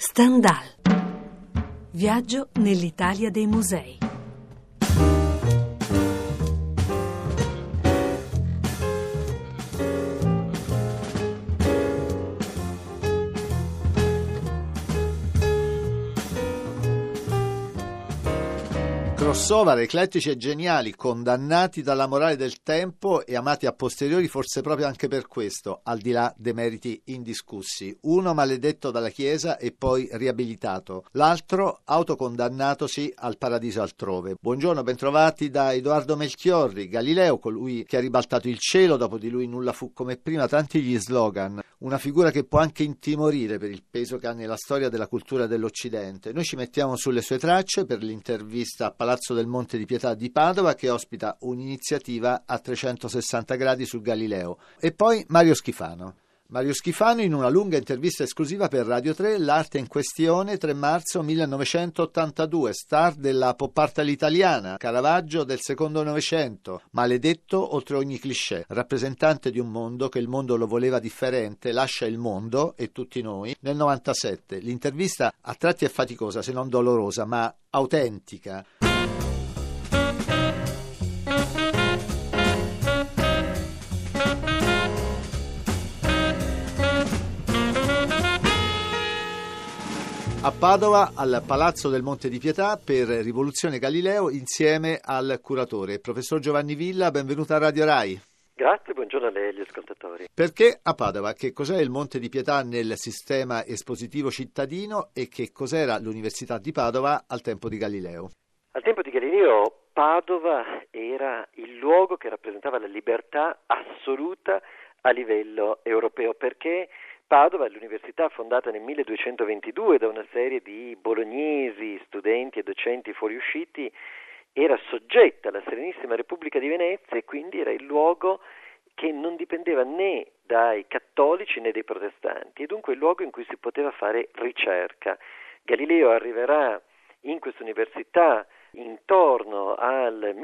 Stendhal. Viaggio nell'Italia dei musei. Crossover eclettici e geniali, condannati dalla morale del tempo e amati a posteriori forse proprio anche per questo, al di là dei meriti indiscussi. Uno maledetto dalla Chiesa e poi riabilitato, l'altro autocondannatosi al paradiso altrove. Buongiorno, bentrovati da Edoardo Melchiorri. Galileo, colui che ha ribaltato il cielo, dopo di lui nulla fu come prima, tanti gli slogan. Una figura che può anche intimorire per il peso che ha nella storia della cultura dell'Occidente. Noi ci mettiamo sulle sue tracce per l'intervista a Palazzo del Monte di Pietà di Padova, che ospita un'iniziativa a 360 gradi sul Galileo. E poi Mario Schifano. Mario Schifano in una lunga intervista esclusiva per Radio 3, l'arte in questione, 3 marzo 1982, star della pop art all'italiana, Caravaggio del secondo Novecento, maledetto oltre ogni cliché, rappresentante di un mondo che il mondo lo voleva differente, lascia il mondo e tutti noi nel 97. L'intervista a tratti è faticosa, se non dolorosa, ma autentica. A Padova, al Palazzo del Monte di Pietà, per Rivoluzione Galileo, insieme al curatore, professor Giovanni Villa. Benvenuto a Radio Rai. Grazie, buongiorno a lei e agli ascoltatori. Perché a Padova? Che cos'è il Monte di Pietà nel sistema espositivo cittadino e che cos'era l'Università di Padova al tempo di Galileo? Al tempo di Galileo, Padova era il luogo che rappresentava la libertà assoluta a livello europeo, perché Padova è l'università fondata nel 1222 da una serie di bolognesi, studenti e docenti fuoriusciti, era soggetta alla Serenissima Repubblica di Venezia e quindi era il luogo che non dipendeva né dai cattolici né dai protestanti, e dunque il luogo in cui si poteva fare ricerca. Galileo arriverà in questa università intorno al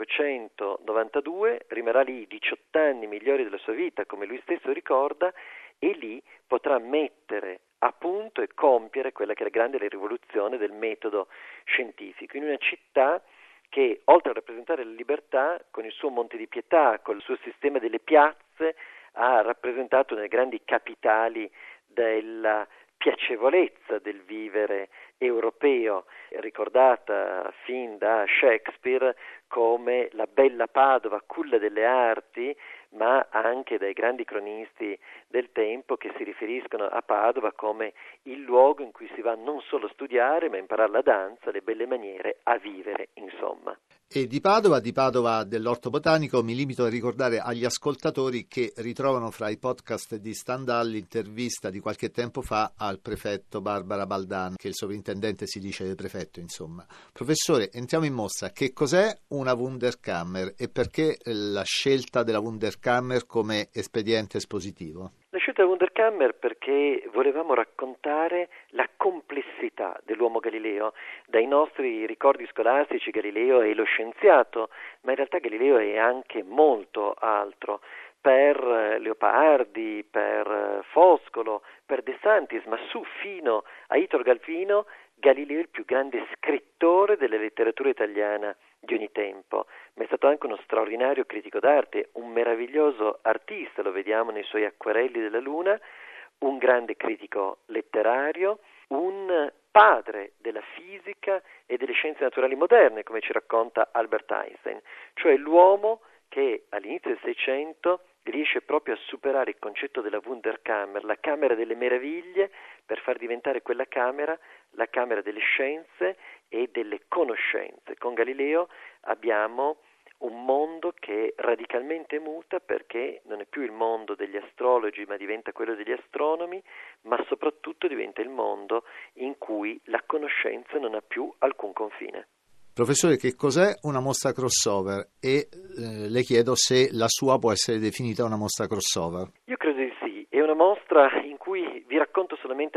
1592, rimarrà lì 18 anni migliori della sua vita, come lui stesso ricorda, e lì potrà mettere a punto e compiere quella che è la grande rivoluzione del metodo scientifico, in una città che, oltre a rappresentare la libertà, con il suo Monte di Pietà, con il suo sistema delle piazze, ha rappresentato una delle grandi capitali della piacevolezza del vivere europeo, ricordata fin da Shakespeare come la bella Padova, culla delle arti, ma anche dai grandi cronisti del tempo che si riferiscono a Padova come il luogo in cui si va non solo a studiare, ma a imparare la danza, le belle maniere, a vivere, insomma. E di Padova dell'Orto Botanico, mi limito a ricordare agli ascoltatori che ritrovano fra i podcast di Stendhal l'intervista di qualche tempo fa al prefetto Barbara Baldan, che il sovrintendente si dice prefetto, insomma. Professore, entriamo in mostra. Che cos'è una Wunderkammer e perché la scelta della Wunderkammer come espediente espositivo? La scelta della Wunderkammer perché volevamo raccontare la complessità dell'uomo Galileo. Dai nostri ricordi scolastici Galileo è lo scienziato, ma in realtà Galileo è anche molto altro. Per Leopardi, per Foscolo, per De Santis, ma su fino a Italo Calvino, Galileo è il più grande scrittore della letteratura italiana di ogni tempo, ma è stato anche uno straordinario critico d'arte, un meraviglioso artista, lo vediamo nei suoi acquerelli della Luna, un grande critico letterario, un padre della fisica e delle scienze naturali moderne, come ci racconta Albert Einstein, cioè l'uomo che all'inizio del Seicento riesce proprio a superare il concetto della Wunderkammer, la camera delle meraviglie, per far diventare quella camera la camera delle scienze e delle conoscenze. Con Galileo abbiamo un mondo che radicalmente muta, perché non è più il mondo degli astrologi, ma diventa quello degli astronomi, ma soprattutto diventa il mondo in cui la conoscenza non ha più alcun confine. Professore, che cos'è una mostra crossover? E le chiedo se la sua può essere definita una mostra crossover. Io credo di sì, è una mostra in cui vi racconto solamente la prima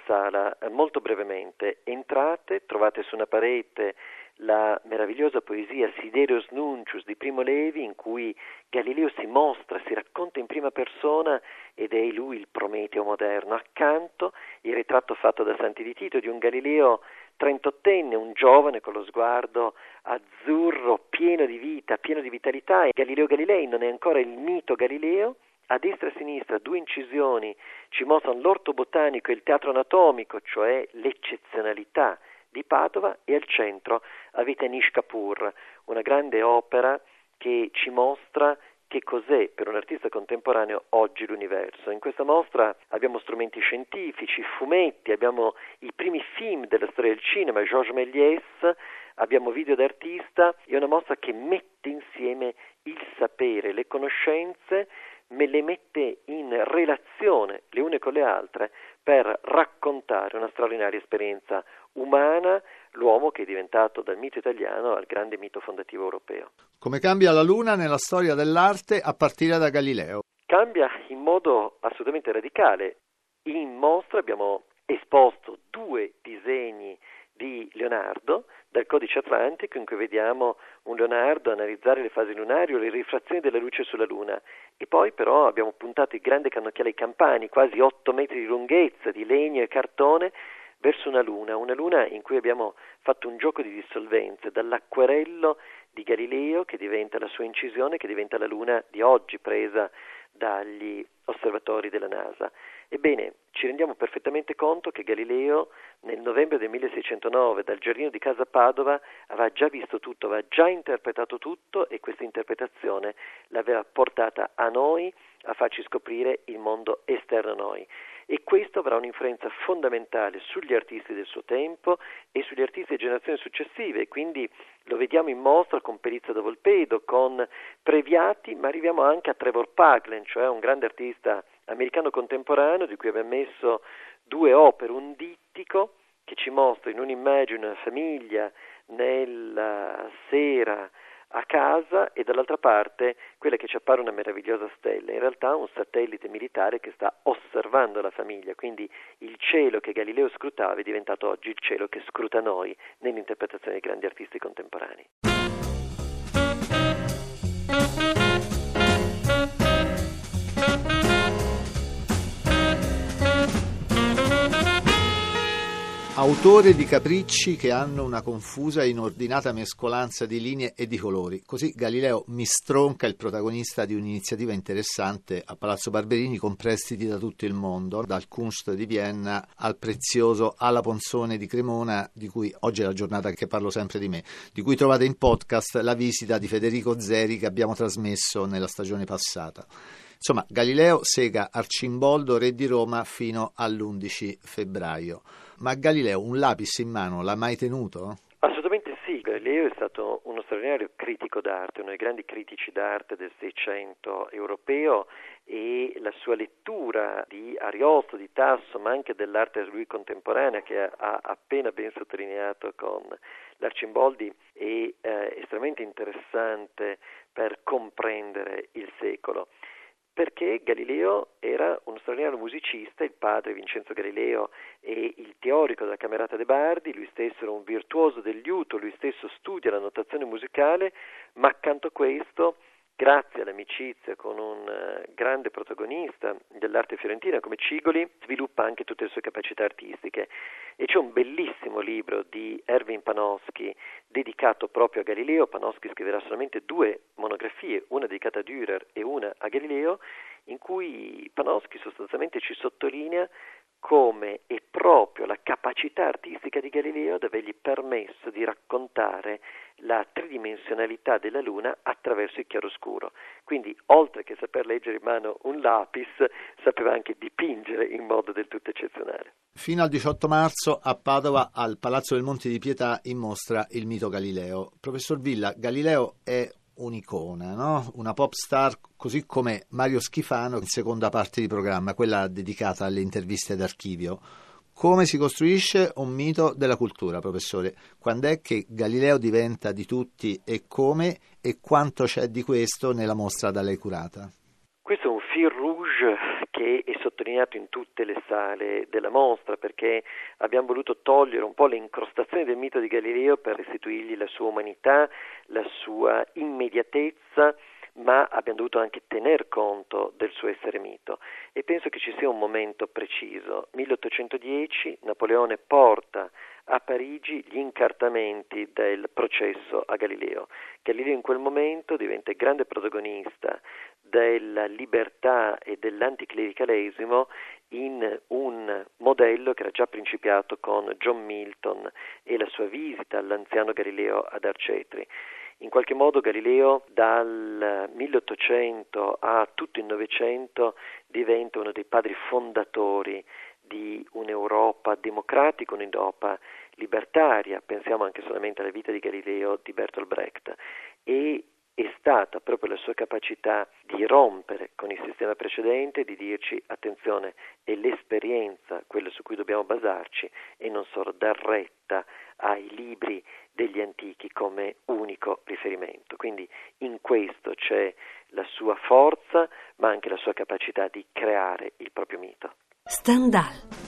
sala molto brevemente. Entrate, trovate su una parete la meravigliosa poesia Sidereus Nuncius di Primo Levi, in cui Galileo si mostra, si racconta in prima persona ed è lui il Prometeo moderno. Accanto il ritratto fatto da Santi di Tito di un Galileo 38enne, un giovane con lo sguardo azzurro, pieno di vita, pieno di vitalità. E Galileo Galilei non è ancora il mito Galileo. A destra e a sinistra 2 incisioni ci mostrano l'orto botanico e il teatro anatomico, cioè l'eccezionalità di Padova, e al centro avete Anish Kapoor, una grande opera che ci mostra che cos'è per un artista contemporaneo oggi l'universo. In questa mostra abbiamo strumenti scientifici, fumetti, abbiamo i primi film della storia del cinema, Georges Méliès, abbiamo video d'artista. È una mostra che mette insieme il sapere, le conoscenze, me le mette in relazione le une con le altre per raccontare una straordinaria esperienza umana, l'uomo che è diventato dal mito italiano al grande mito fondativo europeo. Come cambia la Luna nella storia dell'arte a partire da Galileo? Cambia in modo assolutamente radicale. In mostra abbiamo esposto 2 disegni di Leonardo dal Codice Atlantico, in cui vediamo un Leonardo analizzare le fasi lunari o le rifrazioni della luce sulla Luna, e poi però abbiamo puntato il grande cannocchiale ai campani, quasi 8 metri di lunghezza, di legno e cartone, verso una luna in cui abbiamo fatto un gioco di dissolvenze, dall'acquerello di Galileo, che diventa la sua incisione, che diventa la luna di oggi presa dagli osservatori della NASA. Ebbene, ci rendiamo perfettamente conto che Galileo nel novembre del 1609 dal giardino di casa a Padova aveva già visto tutto, aveva già interpretato tutto, e questa interpretazione l'aveva portata a noi a farci scoprire il mondo esterno a noi. E questo avrà un'influenza fondamentale sugli artisti del suo tempo e sugli artisti di generazioni successive. Quindi lo vediamo in mostra con Perizia da Volpedo, con Previati, ma arriviamo anche a Trevor Paglen, cioè un grande artista americano contemporaneo di cui abbiamo messo 2 opere, un dittico che ci mostra in un'immagine una famiglia nella sera a casa, e dall'altra parte quella che ci appare una meravigliosa stella, in realtà un satellite militare che sta osservando la famiglia. Quindi il cielo che Galileo scrutava è diventato oggi il cielo che scruta noi nell'interpretazione dei grandi artisti contemporanei. Autore di capricci che hanno una confusa e inordinata mescolanza di linee e di colori. Così Galileo mistronca il protagonista di un'iniziativa interessante a Palazzo Barberini, con prestiti da tutto il mondo, dal Kunst di Vienna al prezioso Alla Ponzone di Cremona, di cui oggi è la giornata che parlo sempre di me, di cui trovate in podcast la visita di Federico Zeri che abbiamo trasmesso nella stagione passata. Insomma, Galileo sega Arcimboldo, re di Roma, fino all'11 febbraio. Ma Galileo un lapis in mano l'ha mai tenuto? Assolutamente sì. Galileo è stato uno straordinario critico d'arte, uno dei grandi critici d'arte del Seicento europeo, e la sua lettura di Ariosto, di Tasso, ma anche dell'arte a lui contemporanea, che ha appena ben sottolineato con l'Arcimboldi, è estremamente interessante per comprendere il secolo. Perché Galileo era uno straordinario musicista, il padre Vincenzo Galileo è il teorico della Camerata de' Bardi, lui stesso era un virtuoso del liuto, lui stesso studia la notazione musicale, ma accanto a questo, grazie all'amicizia con un grande protagonista dell'arte fiorentina come Cigoli, sviluppa anche tutte le sue capacità artistiche. E c'è un bellissimo libro di Erwin Panofsky dedicato proprio a Galileo. Panofsky scriverà solamente 2 monografie, una dedicata a Dürer e una a Galileo, in cui Panofsky sostanzialmente ci sottolinea come è proprio la capacità artistica di Galileo ad avergli permesso di raccontare la tridimensionalità della Luna attraverso il chiaroscuro. Quindi, oltre che saper leggere in mano un lapis, sapeva anche dipingere in modo del tutto eccezionale. Fino al 18 marzo a Padova, al Palazzo del Monte di Pietà, in mostra il mito Galileo. Professor Villa, Galileo è un'icona, no? Una pop star, così come Mario Schifano in seconda parte di programma, quella dedicata alle interviste d'archivio. Come si costruisce un mito della cultura, professore? Quando è che Galileo diventa di tutti e come, e quanto c'è di questo nella mostra da lei curata? Questo è un fil rouge che che è sottolineato in tutte le sale della mostra, perché abbiamo voluto togliere un po' le incrostazioni del mito di Galileo per restituirgli la sua umanità, la sua immediatezza, ma abbiamo dovuto anche tener conto del suo essere mito, e penso che ci sia un momento preciso. 1810, Napoleone porta a Parigi gli incartamenti del processo a Galileo. Galileo in quel momento diventa il grande protagonista della libertà e dell'anticlericalesimo in un modello che era già principiato con John Milton e la sua visita all'anziano Galileo ad Arcetri. In qualche modo Galileo dal 1800 a tutto il Novecento diventa uno dei padri fondatori di un'Europa democratica, un'Europa libertaria. Pensiamo anche solamente alla vita di Galileo di Bertolt Brecht, e è stata proprio la sua capacità di rompere con il sistema precedente, di dirci attenzione, è l'esperienza quella su cui dobbiamo basarci e non solo dar retta ai libri degli antichi come unico riferimento. Quindi in questo c'è la sua forza, ma anche la sua capacità di creare il proprio mito. Stendhal.